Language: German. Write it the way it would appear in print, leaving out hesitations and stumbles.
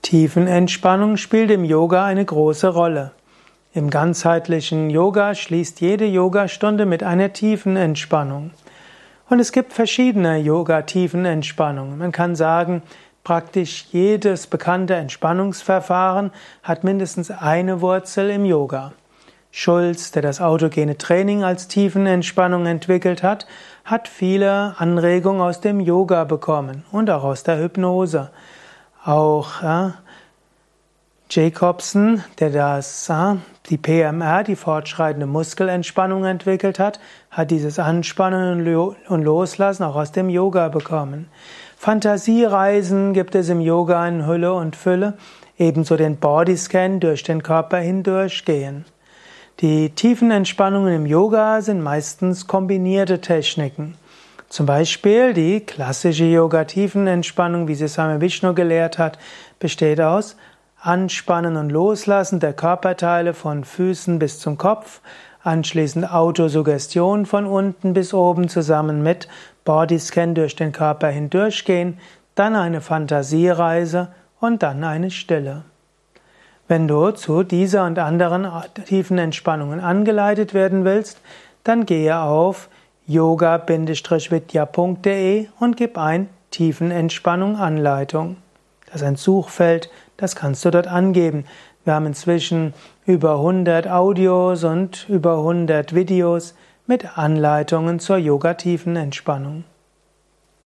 Tiefenentspannung spielt im Yoga eine große Rolle. Im ganzheitlichen Yoga schließt jede Yogastunde mit einer Tiefenentspannung. Und es gibt verschiedene Yoga-Tiefenentspannungen. Man kann sagen, praktisch jedes bekannte Entspannungsverfahren hat mindestens eine Wurzel im Yoga. Schulz, der das autogene Training als Tiefenentspannung entwickelt hat, hat viele Anregungen aus dem Yoga bekommen und auch aus der Hypnose. Auch Jacobson, der die PMR, die fortschreitende Muskelentspannung entwickelt hat, hat dieses Anspannen und Loslassen auch aus dem Yoga bekommen. Fantasiereisen gibt es im Yoga in Hülle und Fülle, ebenso den Bodyscan durch den Körper hindurchgehen. Die tiefen Entspannungen im Yoga sind meistens kombinierte Techniken. Zum Beispiel die klassische Yoga-Tiefenentspannung, wie sie Swami Vishnu gelehrt hat, besteht aus Anspannen und Loslassen der Körperteile von Füßen bis zum Kopf, anschließend Autosuggestion von unten bis oben zusammen mit Bodyscan durch den Körper hindurchgehen, dann eine Fantasiereise und dann eine Stille. Wenn du zu dieser und anderen tiefen Entspannungen angeleitet werden willst, dann gehe auf yoga-vidya.de und gib ein Tiefenentspannung Anleitung. Das ist ein Suchfeld, das kannst du dort angeben. Wir haben inzwischen über 100 Audios und über 100 Videos mit Anleitungen zur Yoga-Tiefenentspannung.